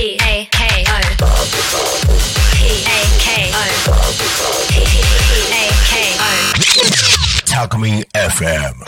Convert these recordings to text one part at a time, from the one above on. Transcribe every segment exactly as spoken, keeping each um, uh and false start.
P A K O P A K O P A K O タコミン エフエム。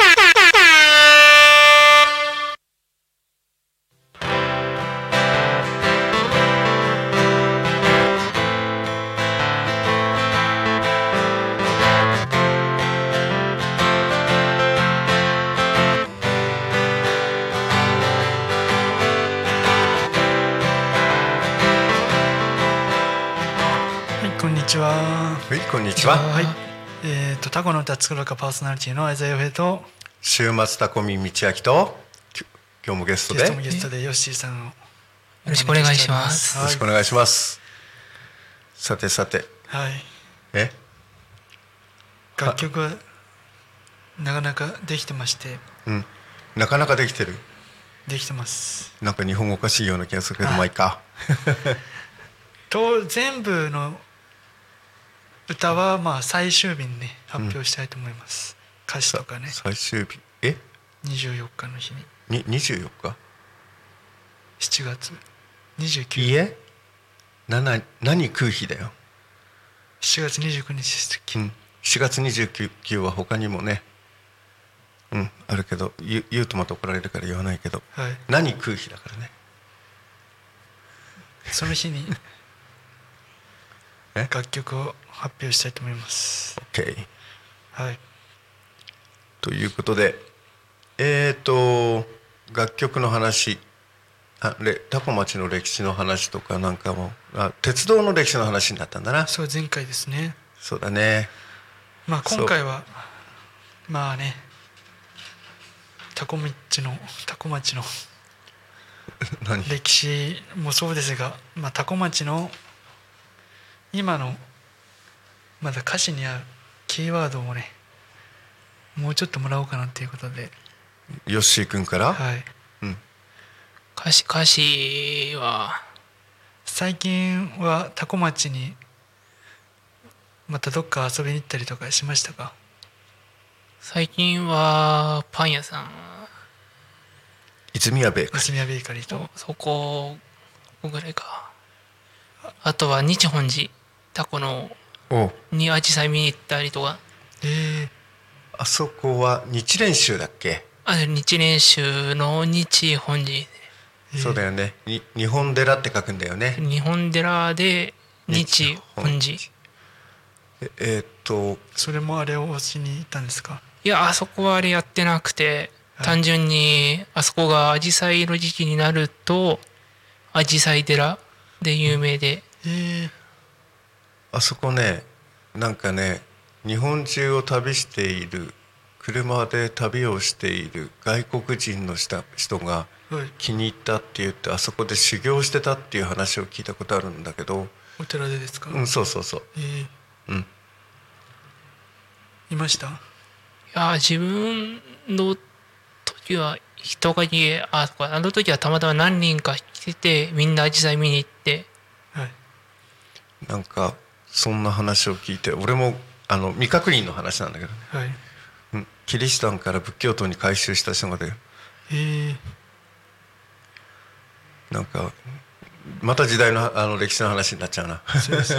こんにちは。 はい、こんにちは。 はい。えっ、ー、とタコの歌作るかパーソナリティの相沢洋平と週末タコミン道明と今日もゲストでゲストもゲストでヨッシーさんをよろしくお願いします。 よろしくお願いします。さてさて。 はい。 え？ 楽曲はなかなかできてまして。 うん。なかなかできてる。 できてます。 なんか日本語おかしいような気がするけど、まあいいか。 と全部の歌はまあ最終日にね発表したいと思います、うん、歌詞とかね。 最終日えにじゅうよっかの日にににじゅうよっかしちがつにじゅうくにちいいえなな何空日だよ。 しちがつにじゅうくにちでしたっけ、うん、 しがつにじゅうくにちは他にもねうんあるけど言うとまた怒られるから言わないけど、はい、何空日だからね。 その日に楽曲を発表したいと思います。 OK、 はい、 ということでえーと楽曲の話あレタコ町の歴史の話とかなんかもあ鉄道の歴史の話になったんだな。 そう前回ですね。 そうだね。 まあ今回はまあねタコ町のタコ町の歴史もそうですが、まあ、タコ町の今のまだ歌詞にあるキーワードをねもうちょっともらおうかなっていうことで。 ヨッシー君から、 はい、 うん、 歌詞歌詞は最近はタコ町にまたどっか遊びに行ったりとかしましたか？ 最近はパン屋さん泉谷ベーカリー泉谷ベーカリーとそこぐらいか。あとは日本寺タコのにアジサイ見に行ったりとか。 えー、 あそこは日蓮宗だっけ？ あ日蓮宗の日本寺、 えー、そうだよね。に日本寺って書くんだよね。 日本寺で日本寺。 ええー、っとそれもあれをしに行ったんですか？ いやあそこはあれやってなくて、はい、単純にあそこがアジサイの時期になるとアジサイ寺で有名で、 えー、 あそこねなんかね日本中を旅している車で旅をしている外国人のした人が気に入ったって言って、はい、あそこで修行してたっていう話を聞いたことあるんだけど。 お寺でですか？ うんそうそうそう、 えー、 うんいました？いや自分の時は人が家あそこあの時はたまたま何人か来ててみんなアジサイ見に行って、 はい、 なんかそんな話を聞いて俺もあの未確認の話なんだけどね、 はいうん、キリシタンから仏教徒に改宗した人がで、 えー、 なんかまた時代 の, あの歴史の話になっちゃうな。 そうです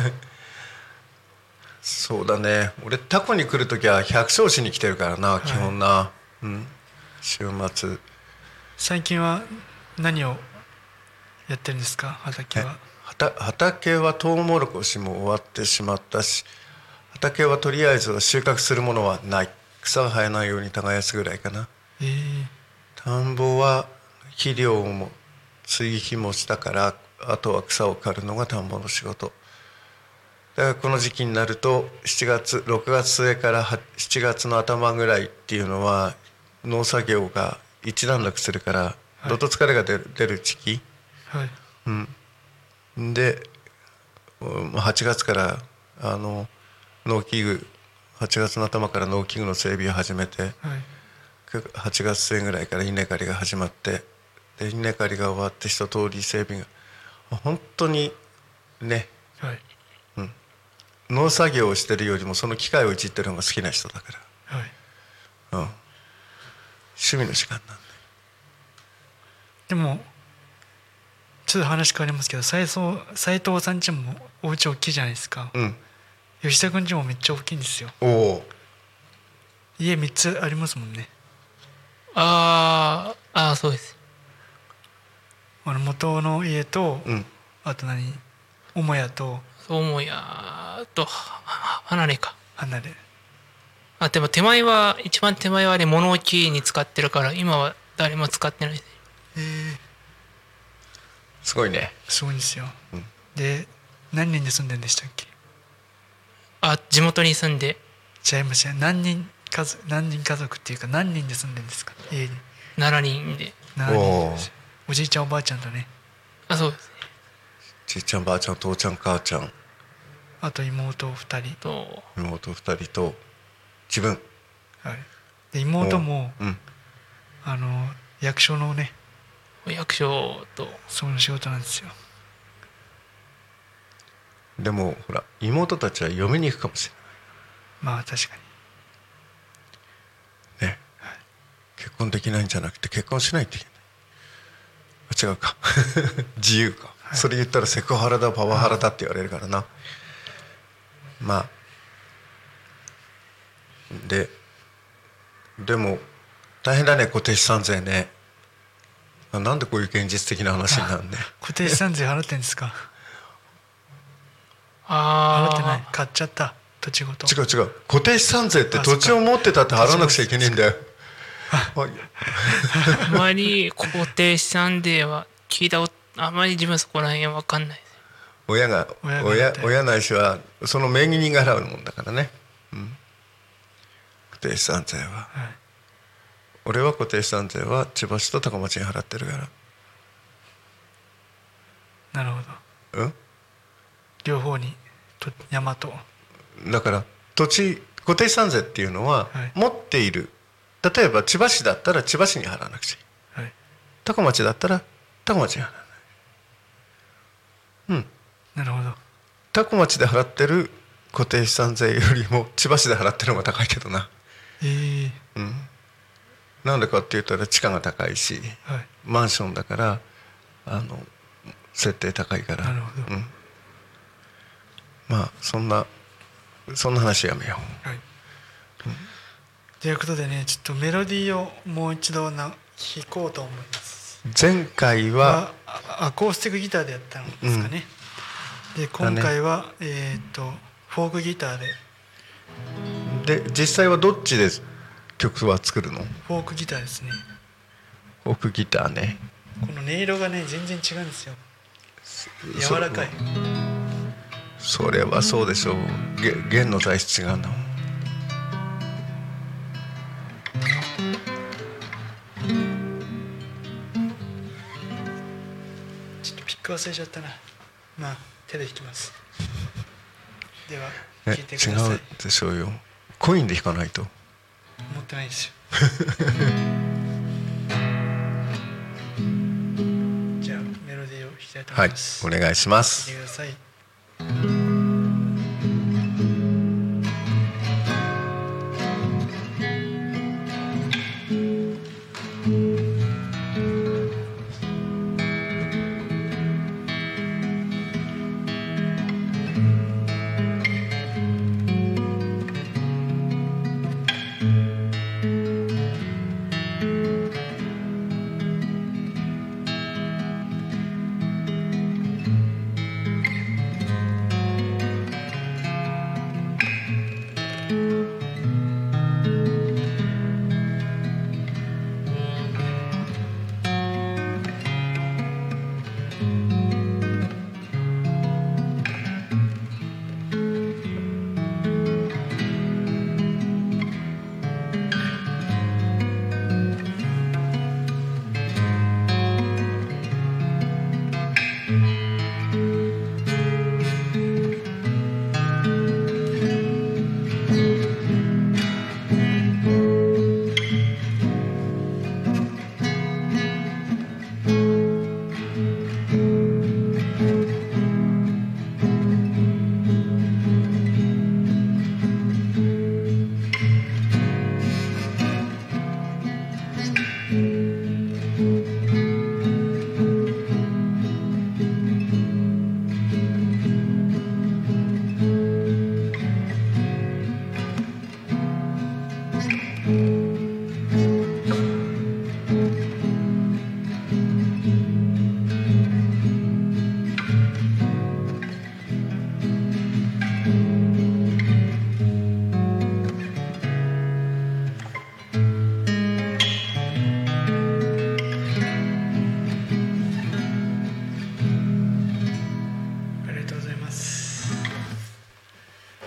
そうだね。俺タコに来るときは百姓しに来てるからな、はい、基本な、うん、週末。 最近は何をやってるんですか？畑は。 畑はトウモロコシも終わってしまったし、畑はとりあえずは収穫するものはない。草が生えないように耕すぐらいかな、 えー、 田んぼは肥料も追肥もしたから、あとは草を刈るのが田んぼの仕事だから。この時期になるとしちがつろくがつ末からしちがつの頭ぐらいっていうのは農作業が一段落するから、はい、どっと疲れが出る、出る時期、 はいうん、ではちがつからあの農機具はちがつの頭から農機具の整備を始めて、はい、はちがつ末ぐらいから稲刈りが始まって、で稲刈りが終わって一通り整備が本当にね、 はい、 うん、農作業をしてるよりもその機械をいじってるのが好きな人だから、 はい、 うん、趣味の時間なんで。 でもちょっと話変わりますけど、斉藤斉藤さん家もお家大きいじゃないですか。 うん吉田君家もめっちゃ大きいんですよ。 おお家みっつありますもんね。 あーあーそうです。 あの元の家と、 うんあと何母屋とそう思うやとは離れか。 離れ。 あでも手前は一番手前はあれ物置に使ってるから今は誰も使ってないです。 えー、 すごいね。 すごいんですよ。 うんで何人で住んでんでしたっけ？ あ地元に住んで違いますよ。何人家族何人家族っていうか何人で住んでんですか家に？ しちにんで。 しちにんですよ。おじいちゃんおばあちゃんとね。 あそうですね。 じいちゃんばあちゃん父ちゃん母ちゃんあと妹ふたりと妹ふたりと自分。 はい、で妹もうんあの役所のね役所とその仕事なんですよ。 でもほら妹たちは嫁に行くかもしまあ確かれないね、はい、結婚できないんじゃなくて結婚しないといけない。あ違うか自由か、はい、それ言ったらセクハラだパワハラだって言われるからな。まあででも大変だね固定資産税ね。なんでこういう現実的な話になるね。 固定資産税払ってんですか？ あ払ってない。買っちゃった土地ごと。 違う違う固定資産税って土地を持ってたって払わなくちゃいけないんだよ。 あまり固定資産税は聞いたことあまり自分そこら辺は分かんないです。 親が親が親親ないしはその名義人が払うもんだからね、うん、固定資産税は、はい、俺は固定資産税は千葉市と高松に払ってるから。 なるほど。 うん両方にと山と。 だから土地固定資産税っていうのは、はい、持っている例えば千葉市だったら千葉市に払わなくちゃいい、はい、高松だったら高松に払わない。うんなるほど。 高松で払ってる固定資産税よりも千葉市で払ってるのが高いけどな。 えーうん、なんでかって言ったら地価が高いし、はい、マンションだからあの設定高いから。 なるほど、 うん、まあそんなそんな話やめよう。はい、 うん、ということでねちょっとメロディーをもう一度な弾こうと思います。 前回はアコースティックギターでやったんですかね、うん、で今回は、ねえー、とフォークギターでで実際はどっちで曲は作るの？ フォークギターですね。 フォークギターね。 この音色がね全然違うんですよ。柔らかい。 そ, それはそうでしょう。弦の材質違うの。 ちょっとピック忘れちゃったな。まあ手で弾きます。では弾いてください。 違うでしょうよ。コインで弾かないと。 持ってないですよ。じゃあメロディーを弾きたいと思います。 はい、お願いします。 弾いてください。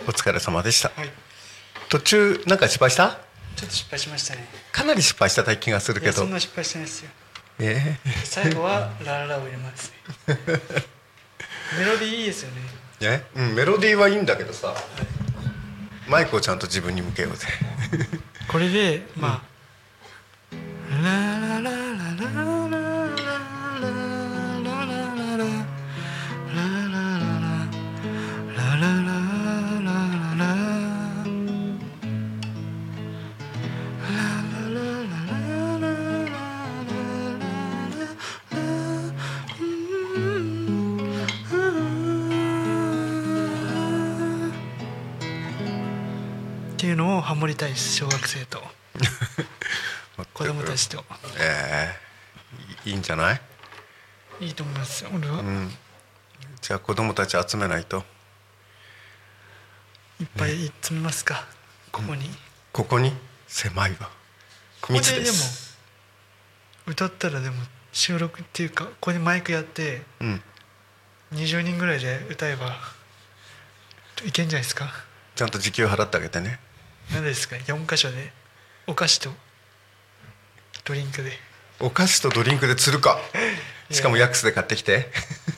お疲れ様でした。 はい、 途中なんか失敗した？ ちょっと失敗しましたね。 かなり失敗した気がするいけど。 やそんな失敗してないですよ。 え最後はラララを入れますね。メロディーいいですよね。 ー、え、うん、メロディーはいいんだけどさ、マイクをちゃんと自分に向けようぜ。 これでまあ、ララララララララララっていうのをハモりたいです。小学生と子供たちと。 えー、いいんじゃない？ いいと思いますよ俺は、 うん、じゃあ子供たち集めないと。 いっぱい詰めますか、ここに。 ここに狭いわ。 ここででも密です。 歌ったらでも収録っていうかここでマイクやってうん、 にじゅうにんぐらいで歌えばいけんじゃないですか。 ちゃんと時給払ってあげてね。 何ですかよん箇所でお菓子とドリンクで。 お菓子とドリンクで釣るか。しかもヤックスで買ってきて。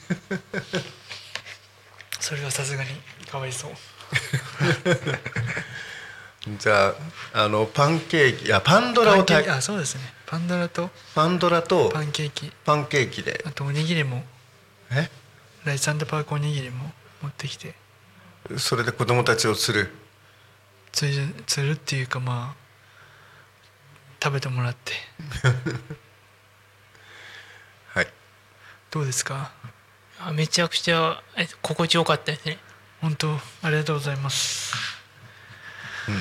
それはさすがにかわいそう。 じゃあ、あのパンケーキ、いやパンドラをたパンケーキ、あそうですね、パンドラとパンドラとパンケーキ、 パンケーキで。 あとおにぎりも、 え、 ライス&パークおにぎりも持ってきてそれで子供たちを釣る。 釣る釣るっていうかまあ食べてもらってはい。 どうですか。 あめちゃくちゃえ心地よかったですね。 本当ありがとうございます、 うん、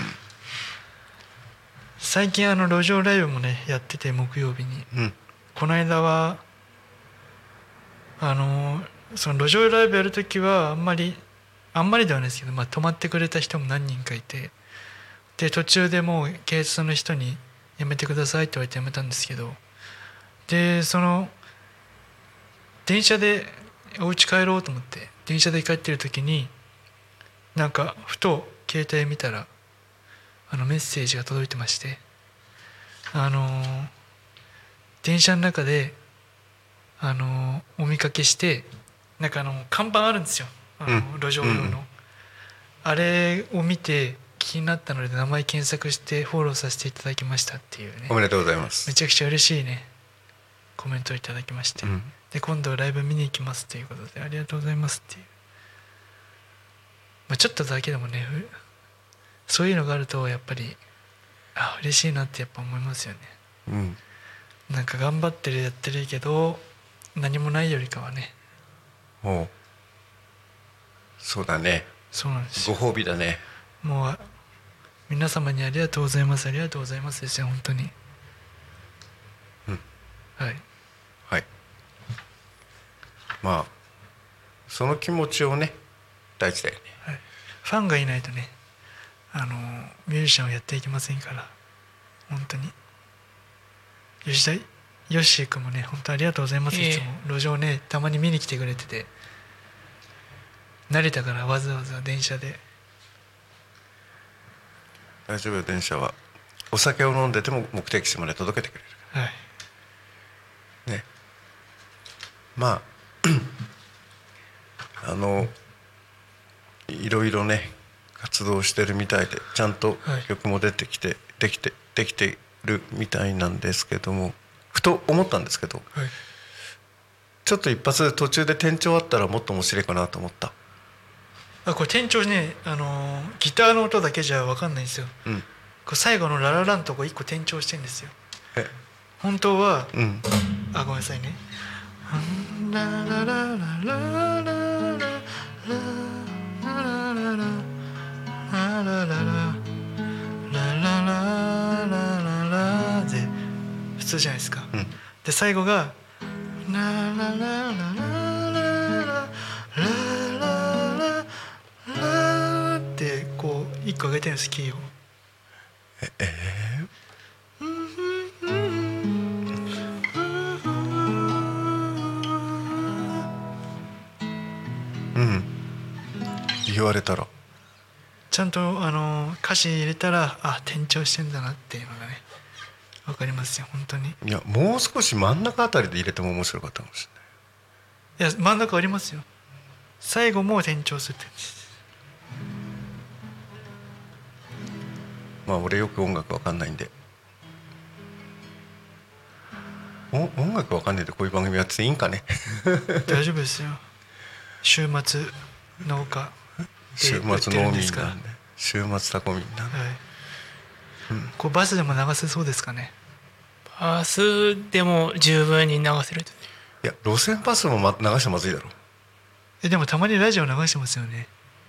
最近あの路上ライブもねやってて木曜日に、 うん、 この間はあのその路上ライブやるときはあんまりあんまりではないですけど、まあ、泊まってくれた人も何人かいて、で途中でもう警察の人にやめてくださいって言われてやめたんですけど、でその電車でお家帰ろうと思って電車で帰ってる時になんかふと携帯見たらあのメッセージが届いてまして、あの電車の中であのお見かけしてなんかあの看板あるんですよ、あの、 うん、 路上用の、うん、あれを見て気になったので名前検索してフォローさせていただきましたっていうね。 おめでとうございます。 めちゃくちゃ嬉しいねコメントをいただきまして、うん、で今度ライブ見に行きますということでありがとうございますっていう、まあ、ちょっとだけでもねそういうのがあるとやっぱりあ嬉しいなってやっぱ思いますよね、 うん、 なんか頑張ってるやってるけど何もないよりかはね。 おうそうだね。 そうなんですよ。 ご褒美だね。 もう皆様にありがとうございますありがとうございますですよ本当に、 うん、 はいはい。まあその気持ちをね大事だよね、 はい、ファンがいないとねあのミュージシャンをやっていけませんから本当に。吉田ヨッシー君もね本当ありがとうございます、いつも路上ねたまに見に来てくれてて、成田からわざわざ電車で。 大丈夫よ、電車はお酒を飲んでても目的地まで届けてくれる、 はいね。まああのいろいろね活動してるみたいでちゃんと曲も出てきて、はい、できてできてるみたいなんですけども、ふと思ったんですけど、はい、ちょっと一発途中で転調あったらもっと面白いかなと思った。 あこれ転調ね、あのギターの音だけじゃ分かんないんですよ、うん、これ最後のラララのとこ一個転調してるんですよ。 え本当は、うん、あごめんなさいね。ラララララララララララララララで普通じゃないですか、うん、で最後がララララララララってこう一個上げてるんですキーを。 ええうん言われたらちゃんとあの歌詞入れたらあ転調してんだなっていうのがね分かりますよ本当に。 いやもう少し真ん中あたりで入れても面白かったかもしいや真ん中ありますよ。最後も転調するって感じです。 れない。まあ俺よく音楽わかんないんで、お音楽わかんないでこういう番組やってていいんかね。 大丈夫ですよ。週末農家週末農民なんで、週末タコミンなんで、 はいうん、こうバスでも流せそうですかね。 バスでも十分に流せると。 いや路線バスも、ま、流してまずいだろ。 えでもたまにラジオ流してますよね。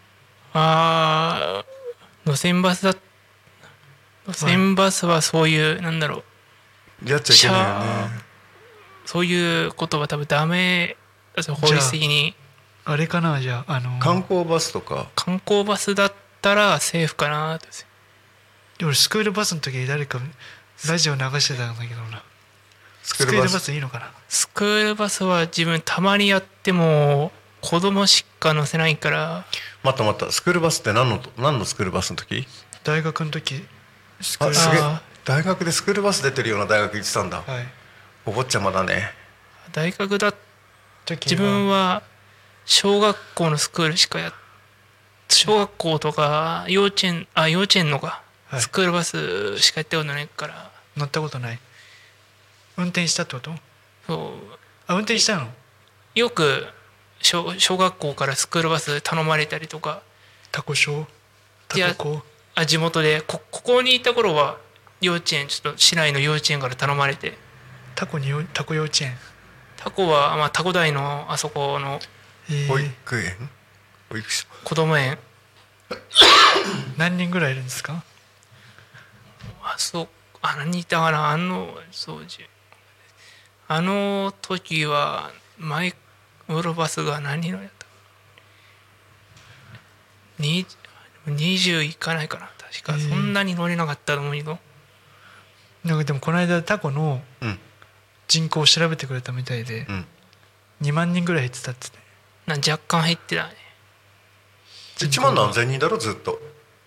あー路線バスだ路線バスはそういう、はい、なんだろうやっちゃいけないよね。 そういうことは多分ダメだと法律的に。 あれかなじゃあ、あのー、 観光バスとか観光バスだったらセーフかなと。 俺スクールバスの時誰かラジオ流してたんだけどな。スクールバスいいのかな。 スクールバスは自分たまにやっても子供しか乗せないから。 待った待った、スクールバスって何の何のスクールバスの時？ 大学の時。 スクールあすげえ大学でスクールバス出てるような大学行ってたんだ。 はい、 お坊ちゃまだね。 大学だ自分は小学校のスクールしかやっ小学校とか幼稚園あ幼稚園のか、はい、スクールバスしかやったことないから乗ったことない。運転したってこと？ そうあ運転したの？ よく 小, 小学校からスクールバス頼まれたりとか。 タコ小タコ校あ地元で こ, ここにいた頃は幼稚園ちょっと市内の幼稚園から頼まれて。 タコにタコ幼稚園。 タコは、まあ、タコ台のあそこの保育園保育所子供園何人ぐらいいるんですか？ あそうあ何人いたかなあの掃除あの時はマイクロバスが何人乗りだったににじゅういかないかな確か。そんなに乗れなかったと思うけど、 なんかでもこの間タコの人口を調べてくれたみたいで、うん、にまんにんぐらい減ってたっつって。 な若干減ってたね。 いちまん何千人だろずっと。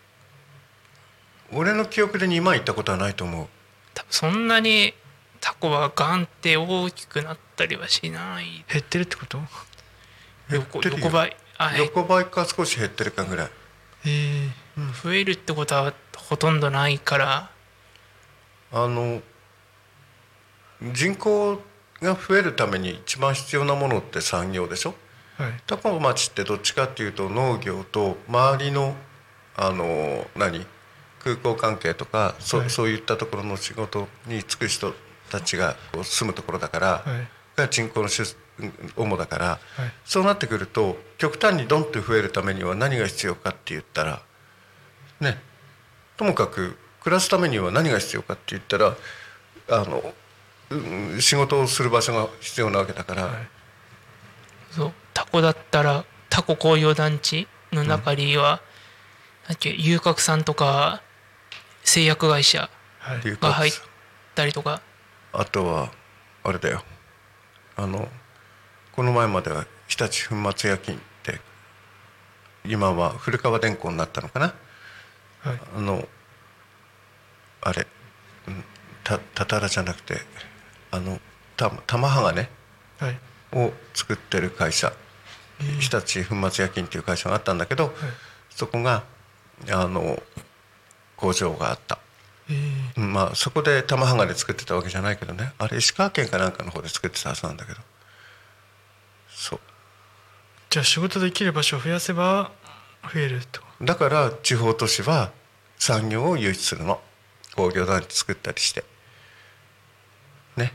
俺の記憶でにまんいったことはないと思う。 多分そんなにタコはガンって大きくなったりはしない。 減ってるってこと？ 横, 横ばいあ横ばいか少し減ってるかぐらい。 えーうん、増えるってことはほとんどないから。 あの人口が増えるために一番必要なものって産業でしょ。はい、タコ町ってどっちかっていうと農業と周りのあの何空港関係とか そ,、はい、そういったところの仕事に就く人たちがこう住むところだから、はい、が人口の主だから、はい、そうなってくると極端にドンって増えるためには何が必要かって言ったらね、ともかく暮らすためには何が必要かって言ったらあの仕事をする場所が必要なわけだから、はい、 そうタコだったらタコ工業団地の中には、うん、なんていう遊郭さんとか製薬会社が入ったりとか、 あとはあれだよあのこの前までは日立粉末冶金って今は古川電工になったのかな、はい、あのあれたたたらじゃなくてあのた玉鋼、はい、を作ってる会社、えー、日立粉末冶金っていう会社があったんだけど、はい、そこがあの工場があった、えーまあ、そこで玉鋼作ってたわけじゃないけどね、あれ石川県かなんかの方で作ってたはずなんだけど。そうじゃあ仕事できる場所を増やせば増えると。 だから地方都市は産業を誘致するの、工業団地作ったりしてね。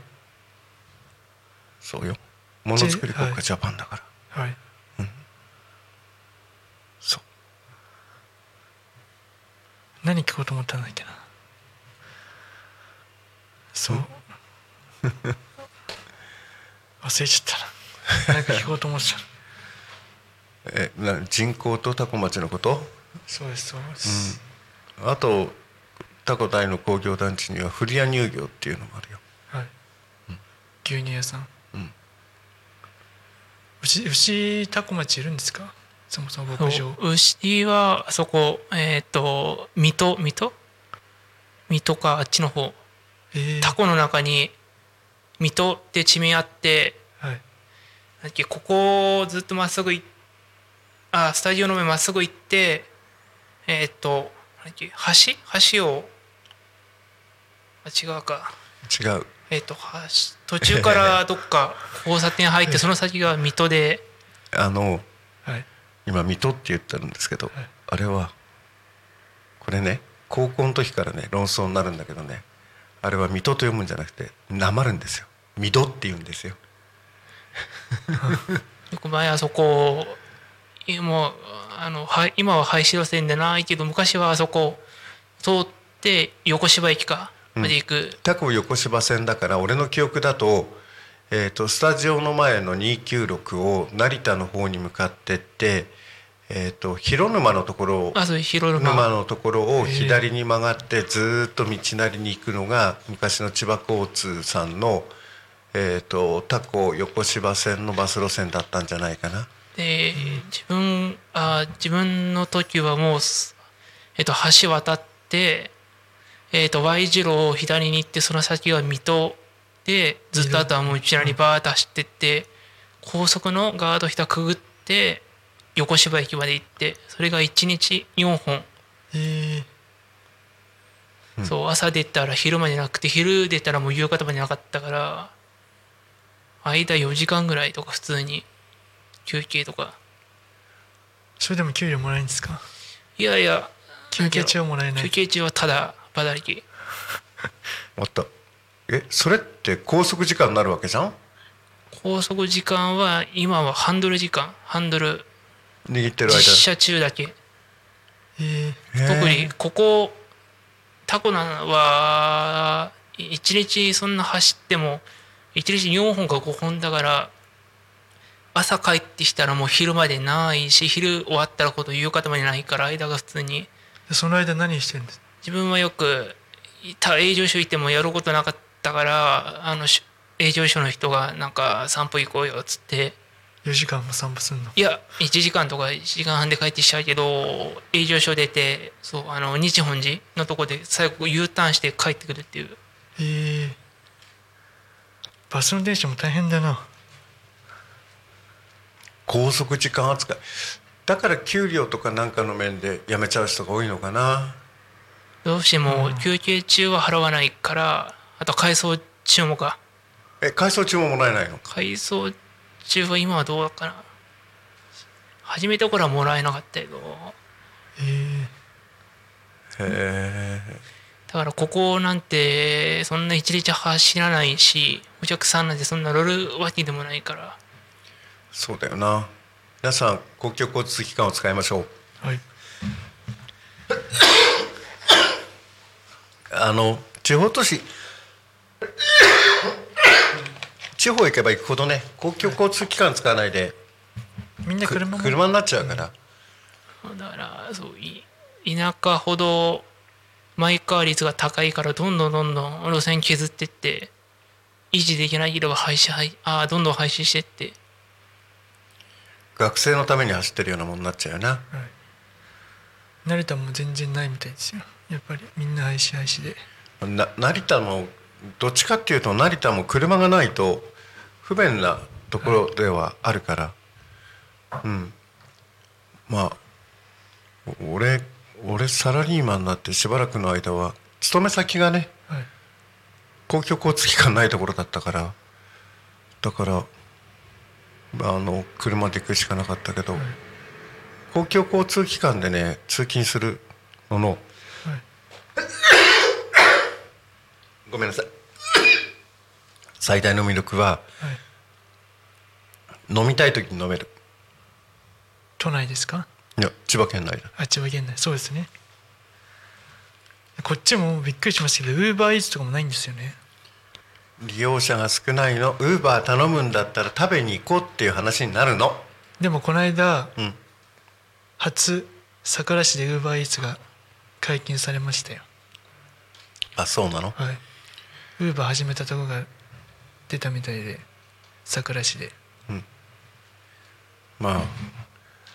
そうよ、ものづくり国家ジャパンだから、はい、うん、そう。 何聞こうと思ったんだっけな。そう忘れちゃったな。なんか聞こうと思ってたえな人口とタコ町のこと。 そうですそうです、 うん、あとタコ大の工業団地には古谷乳業っていうのもあるよ。はい、 うん、牛乳屋さん、 うん、 牛牛タコ町いるんですか？ そもそも牧場。 牛はあそこえっ、ー、と水戸水戸水戸かあっちの方、 えー、 タコの中に水戸って地名あって、 はい、 だっけここをずっとまっすぐいあスタジオの上まっすぐ行ってえっ、ー、となんだっけ橋橋をあ違うか違うえっ、ー、と途中からどっか交差点入ってその先が水戸であの、 はい、 今水戸って言ってるんですけど、 はい、 あれはこれね高校の時からね論争になるんだけどね、あれは水戸と読むんじゃなくてなまるんですよ。水戸って言うんですよ。 よく前あそこもうあの今は廃止路線でないけど昔はあそこ通って横芝駅かまで行く、うん、 タコ横芝線だから俺の記憶だと、えーとスタジオの前のにひゃくきゅうじゅうろくを成田の方に向かってって、えーと広沼のところをあそう広沼のところを左に曲がってずっと道なりに行くのが昔の千葉交通さんの、えーとタコ横芝線のバス路線だったんじゃないかな。 で自分あ自分の時はもう、えー、と橋渡って、えー、と Y 字路を左に行ってその先は水戸でずっとあとはもう一覧にバーッと走ってって高速のガード下くぐって横芝駅まで行ってそれがいちにちよんほん、 えー、そう朝出たら昼までなくて昼出たらもう夕方までなかったから間よじかんぐらいとか普通に休憩とか。 それでも給料もらえるんですか？ いやいや休憩中はもらえない。 休憩中はただ働き。 あった。えそれって拘束時間になるわけじゃん？ 拘束時間は今はハンドル時間ハンドル握ってる間実車中だけ。 えー、特にここタコナは一日そんな走っても一日よんほんかごほんだから朝帰ってきたらもう昼までないし昼終わったらこと夕方までないから間が普通に。 その間何してるんですか？ 自分はよく営業所行ってもやることなかったからあの営業所の人がなんか散歩行こうよっつってよじかんも散歩するの？ いやいちじかんとかいちじかんはんで帰ってきちゃうけど営業所出てそうあの日本寺のとこで最後 U ターンして帰ってくるっていう。 へえバスの電車も大変だな。 拘束時間扱いだから給料とかなんかの面で辞めちゃう人が多いのかな。 どうしても休憩中は払わないから、うん、あと改装中もか。 え改装中ももらえないの？ 改装中は今はどうだかな。始めた頃はもらえなかったけど。へえ。へえ。 だからここなんてそんな一日走らないしお客さんなんてそんな乗るわけでもないから。 そうだよな。皆さん公共交通機関を使いましょう。 はい。 あの地方都市地方行けば行くほどね公共交通機関使わないで、はい、 みんな 車, も車になっちゃうから、 うん、だからそう田舎ほどマイカー率が高いからどんどんどんどん路線削ってって維持できないければ廃止廃あどんどん廃止してって学生のために走ってるようなものになっちゃうよな、はい、 成田も全然ないみたいですよ。やっぱりみんな廃止廃止でな成田もどっちかっていうと成田も車がないと不便なところではあるから、はい、うんまあ俺俺サラリーマンになってしばらくの間は勤め先がね、はい、公共交通機関ないところだったからだからあの車で行くしかなかったけど、はい、公共交通機関でね通勤するのの、はい、ごめんなさい最大の魅力は、はい、飲みたい時に飲める。 都内ですか？ いや千葉県内だ。 あ千葉県内そうですね。こっちもびっくりしましたけどウーバーイーツとかもないんですよね。 利用者が少ないの。ウーバー頼むんだったら食べに行こうっていう話になるの。 でもこの間、 うん、 初佐倉市でウーバーイーツが解禁されましたよ。 あそうなの？ はいウーバー始めたとこが出たみたいで佐倉市で、 うん、まあ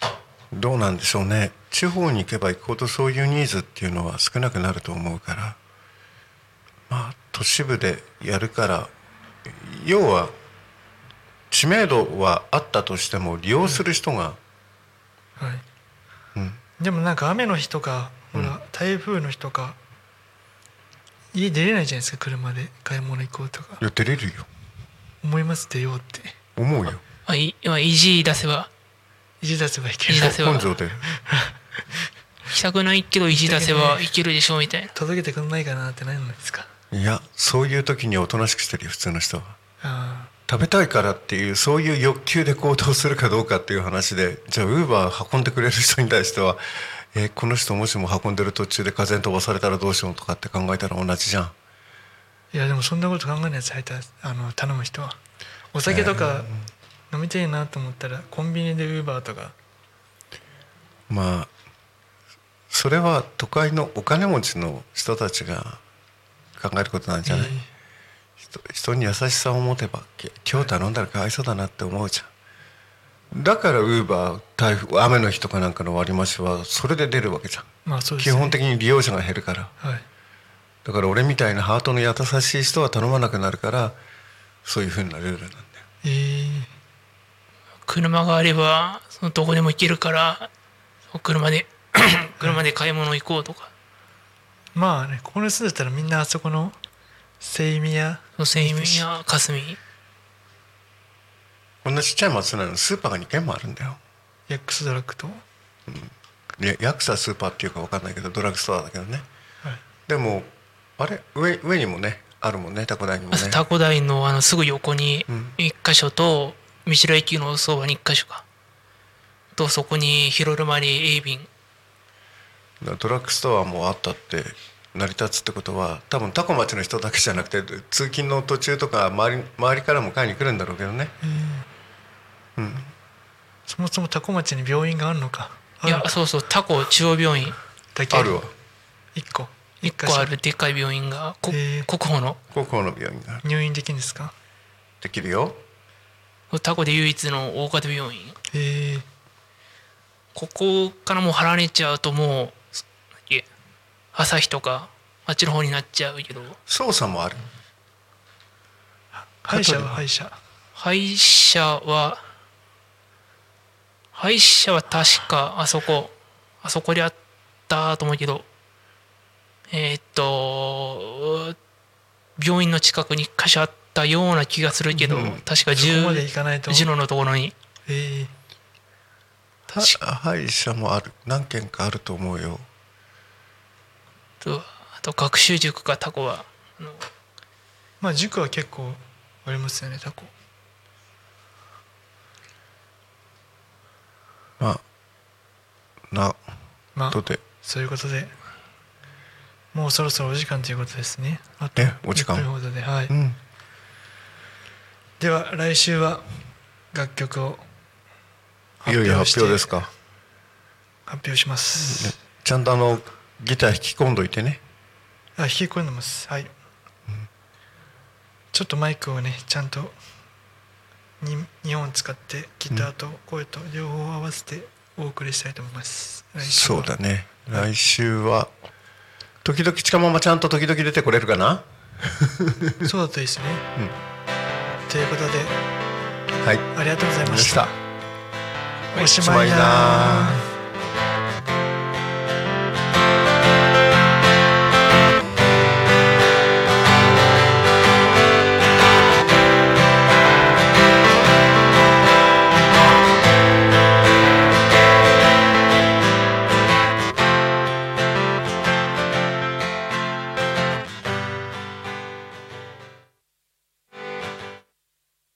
どうなんでしょうね。地方に行けば行くほどそういうニーズっていうのは少なくなると思うから、まあ都市部でやるから、要は知名度はあったとしても利用する人が、 はい、 うん、 でもなんか雨の日とか、ほら台風の日とか家出れないじゃないですか、車で買い物行こうとか。 いや出れるよ。 思います、出ようって思うよ。 あい意地出せば意地出せばいける。 意地出せば根性で行きたくないけど意地出せばいけるでしょみたいな。 届けてくんないかなってないんですか。 いや、そういう時におとなしくしてるよ普通の人は。 あ食べたいからっていうそういう欲求で行動するかどうかっていう話で、じゃあウーバー運んでくれる人に対しては、えー、この人もしも運んでる途中で風に飛ばされたらどうしようとかって考えたら同じじゃん。 いやでもそんなこと考えないやつ入ったあの頼む人は、お酒とか飲みたいなと思ったらコンビニでウーバーとか。 まあそれは都会のお金持ちの人たちが考えることなんじゃない、えー、人, 人に優しさを持てば今日頼んだらかわいそうだなって思うじゃん。だからウーバー台風雨の日とかなんかの割増はそれで出るわけじゃん、 まあそうですね、 基本的に利用者が減るから、 はい、 だから俺みたいなハートの優しい人は頼まなくなるから、そういうふうなルールなんだよ。 えー、 車があればそのどこでも行けるから車で車で買い物行こうとか。 まあね、ここに住んでたらみんなあそこのセイミヤセイミヤ霞こんなちっちゃい町なのにスーパーがにけんもあるんだよ。 ヤックスドラッグと、 うん、ヤクサスーパーっていうか分かんないけどドラッグストアだけどね、 はい、 でもあれ 上, 上にもねあるもんね、タコ台にもね。 タコ台 の, あのすぐ横にいっか所と、うん、道の駅のそばにいっか所かと、そこに広るまりエイビンドラッグストアもあったって成り立つってことは、多分タコ町の人だけじゃなくて通勤の途中とか周り、周りからも買いに来るんだろうけどね、 うん、そもそもタコ町に病院があるのか。 いやそうそう、タコ中央病院だけあるわ。 いっこいっこあるでっかい病院が、国保の国保の病院が入院できるんですか。 できるよ。 タコで唯一の大型病院。 へえ。 ここからもう離れちゃうともう旭とかあっちの方になっちゃうけど。 捜査もある。 歯医者は歯医者歯医者は歯医者は確かあそこあそこであったと思うけど、えー、っと病院の近くに一箇所あったような気がするけど、うん、確かじゅう路のところに。 えー、歯医者もある、何軒かあると思うよ。 とあと学習塾かタコはまあ塾は結構ありますよね、タコ。 まあな、 まあとでそういうことでもうそろそろお時間ということですね。あとえお時間いっぷんほどで、はい、 うん、 では来週は楽曲を発表して、いよいよ発表ですか。 発表します、 ね、ちゃんとあのギター弾き込んどいてね。 あ、弾き込んでます。はい、うん、ちょっとマイクをねちゃんと 2, にほん使ってギターと声と両方合わせてお送りしたいと思います。 来週はそうだね、来週は時々近ままちゃんと時々出てこれるかなそうだといいですね、うん、ということで、 はい、 ありがとうございました。 おしまいな。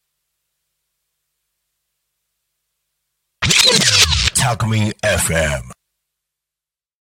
Talk Me エフエム